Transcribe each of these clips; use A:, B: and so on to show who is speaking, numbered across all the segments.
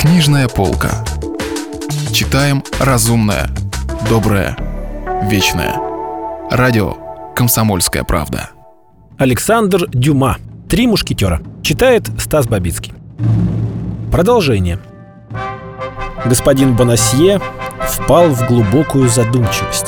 A: Книжная полка. Читаем разумное, доброе, вечное. Радио «Комсомольская правда».
B: Александр Дюма. «Три мушкетера». Читает Стас Бабицкий. Продолжение. Господин Бонасье впал в глубокую задумчивость.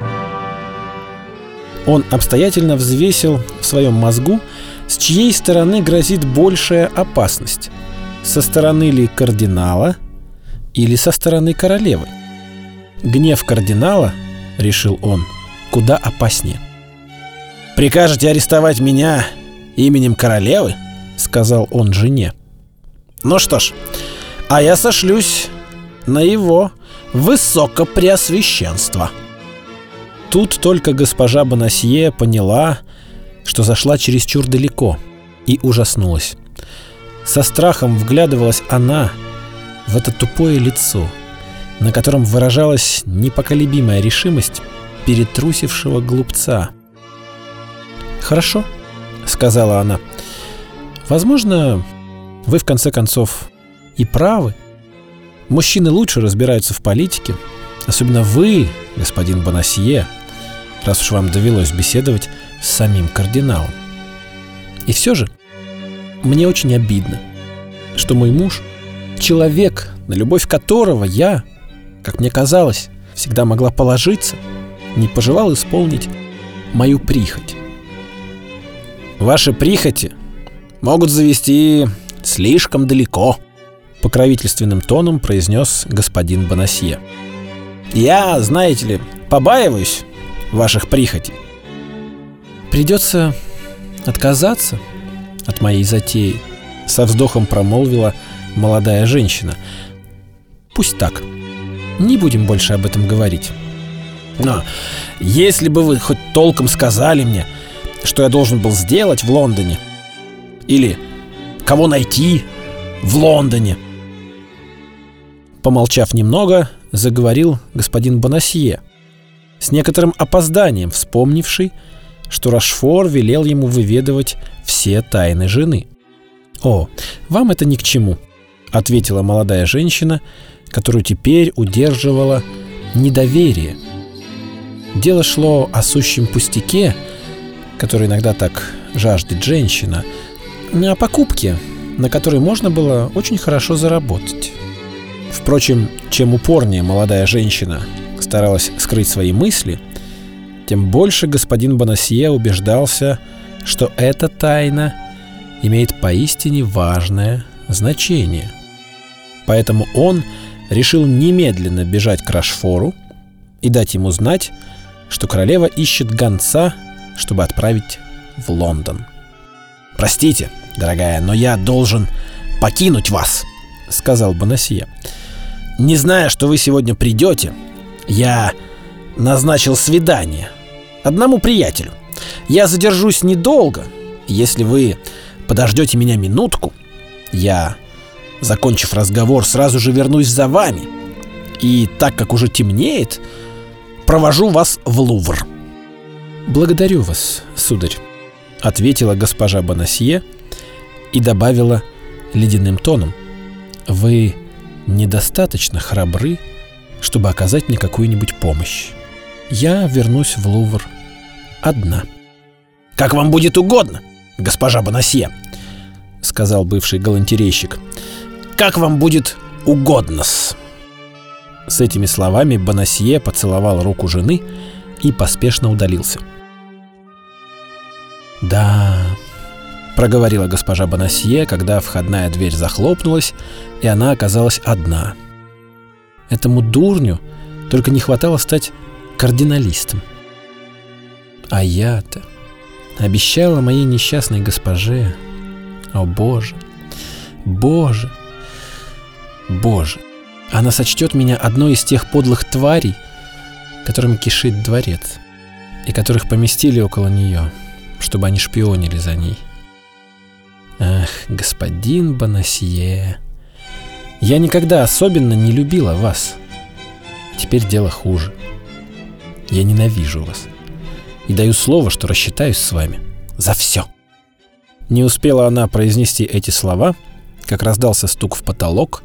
B: Он обстоятельно взвесил в своем мозгу, с чьей стороны грозит большая опасность: со стороны ли кардинала или со стороны королевы. Гнев кардинала, решил он, куда опаснее. «Прикажете арестовать меня именем королевы?» — сказал он жене. «Ну что ж, а я сошлюсь на его высокопреосвященство». Тут только госпожа Бонасье поняла, что зашла чересчур далеко, и ужаснулась. Со страхом вглядывалась она в это тупое лицо, на котором выражалась непоколебимая решимость перетрусившего глупца. «Хорошо», — сказала она, — «возможно, вы в конце концов и правы. Мужчины лучше разбираются в политике, особенно вы, господин Бонасье, раз уж вам довелось беседовать с самим кардиналом. И все же мне очень обидно, что мой муж, человек, на любовь которого я, как мне казалось, всегда могла положиться, не пожелал исполнить мою прихоть. Ваши прихоти могут завести слишком далеко», — покровительственным тоном произнес господин Бонасье. «Я, знаете ли, побаиваюсь ваших прихотей. Придется отказаться от моей затеи», — со вздохом промолвила молодая женщина. «Пусть так. Не будем больше об этом говорить. Но если бы вы хоть толком сказали мне, что я должен был сделать в Лондоне, или кого найти в Лондоне». Помолчав немного, заговорил господин Бонасье, с некоторым опозданием вспомнивший, что Рошфор велел ему выведывать все тайны жены. «О, вам это ни к чему», — ответила молодая женщина, которую теперь удерживала недоверие. Дело шло о сущем пустяке, который иногда так жаждет женщина, о покупке, на которой можно было очень хорошо заработать. Впрочем, чем упорнее молодая женщина старалась скрыть свои мысли, тем больше господин Бонасье убеждался, что эта тайна имеет поистине важное значение. Поэтому он решил немедленно бежать к Рошфору и дать ему знать, что королева ищет гонца, чтобы отправить в Лондон. «Простите, дорогая, но я должен покинуть вас», — сказал Бонасье. «Не зная, что вы сегодня придете, я назначил свидание одному приятелю. Я задержусь недолго. Если вы подождете меня минутку, я, закончив разговор, сразу же вернусь за вами. И так как уже темнеет, провожу вас в Лувр». «Благодарю вас, сударь», — ответила госпожа Бонасье и добавила ледяным тоном: «Вы недостаточно храбры, чтобы оказать мне какую-нибудь помощь. Я вернусь в Лувр одна». «Как вам будет угодно, госпожа Бонасье», — сказал бывший галантерейщик. «Как вам будет угодно-с». С этими словами Бонасье поцеловал руку жены и поспешно удалился. «Да», — проговорила госпожа Бонасье, когда входная дверь захлопнулась, и она оказалась одна. «Этому дурню только не хватало стать кардиналистом. А я-то обещала моей несчастной госпоже. О, Боже, Боже, Боже! Она сочтет меня одной из тех подлых тварей, которыми кишит дворец, и которых поместили около нее, чтобы они шпионили за ней. Ах, господин Бонасье, я никогда особенно не любила вас. Теперь дело хуже. Я ненавижу вас и даю слово, что рассчитаюсь с вами за все». Не успела она произнести эти слова, как раздался стук в потолок,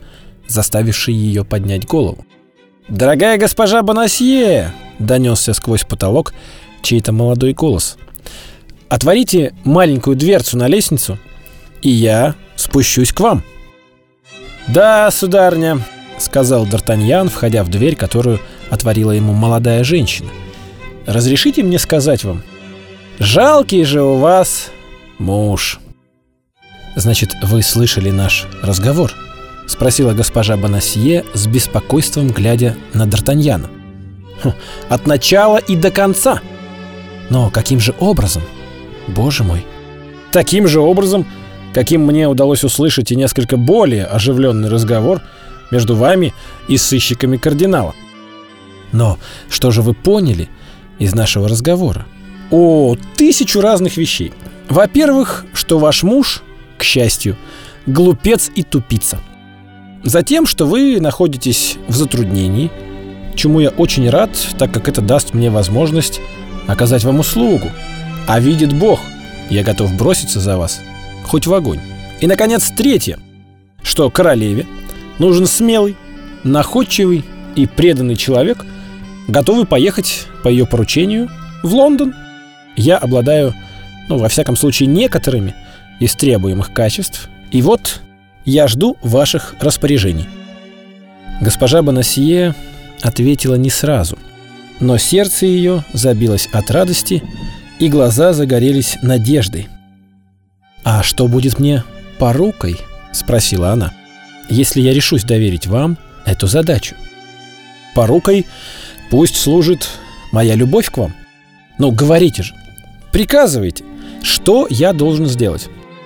B: заставивший ее поднять голову. «Дорогая госпожа Бонасье!» — донесся сквозь потолок чей-то молодой голос. «Отворите маленькую дверцу на лестницу, и я спущусь к вам». «Да, сударыня», — сказал Д'Артаньян, входя в дверь, которую отворила ему молодая женщина. «Разрешите мне сказать вам, жалкий же у вас муж». «Значит, вы слышали наш разговор?» — спросила госпожа Бонасье с беспокойством, глядя на Д'Артаньяна. «От начала и до конца». «Но каким же образом? Боже мой!» «Таким же образом, каким мне удалось услышать и несколько более оживленный разговор между вами и сыщиками кардинала». «Но что же вы поняли из нашего разговора?» «О, 1000 разных вещей. Во-первых, что ваш муж, к счастью, глупец и тупица. Затем, что вы находитесь в затруднении, чему я очень рад, так как это даст мне возможность оказать вам услугу. А видит Бог, я готов броситься за вас, хоть в огонь. И, наконец, третье, что королеве нужен смелый, находчивый и преданный человек, готовый поехать по ее поручению в Лондон. Я обладаю, во всяком случае, некоторыми из требуемых качеств, и вот я жду ваших распоряжений». Госпожа Бонасье ответила не сразу, но сердце ее забилось от радости, и глаза загорелись надеждой. «А что будет мне порукой?» — спросила она, «если я решусь доверить вам эту задачу?» «Порукой пусть служит моя любовь к вам. Ну, говорите же, приказывайте, что я должен сделать?»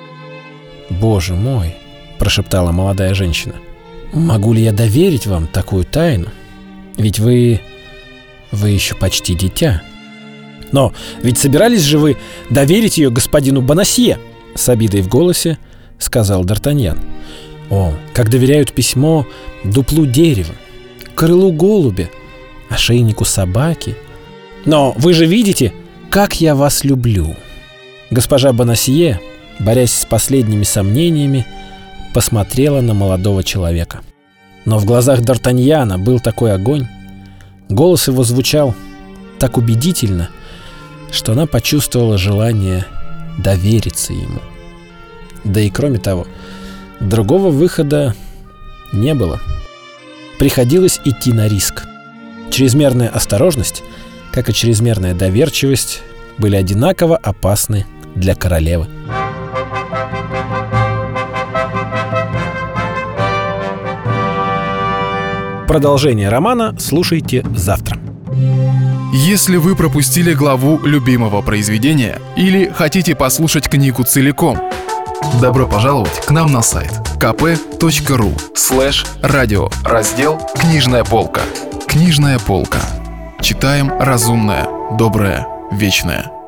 B: «Боже мой!» — прошептала молодая женщина. «Могу ли я доверить вам такую тайну? Ведь вы еще почти дитя». «Но ведь собирались же вы доверить ее господину Бонасье!» — с обидой в голосе сказал Д'Артаньян. «О, как доверяют письмо дуплу дерева, крылу голубя, ошейнику собаки. Но вы же видите, как я вас люблю». Госпожа Бонасье, борясь с последними сомнениями, посмотрела на молодого человека. Но в глазах Д'Артаньяна был такой огонь, голос его звучал так убедительно, что она почувствовала желание довериться ему. Да и кроме того, другого выхода не было. Приходилось идти на риск. Чрезмерная осторожность, как и чрезмерная доверчивость, были одинаково опасны для королевы. Продолжение романа слушайте завтра.
A: Если вы пропустили главу любимого произведения или хотите послушать книгу целиком, добро пожаловать к нам на сайт kp.ru/радио, раздел «Книжная полка». Книжная полка. Читаем разумное, доброе, вечное.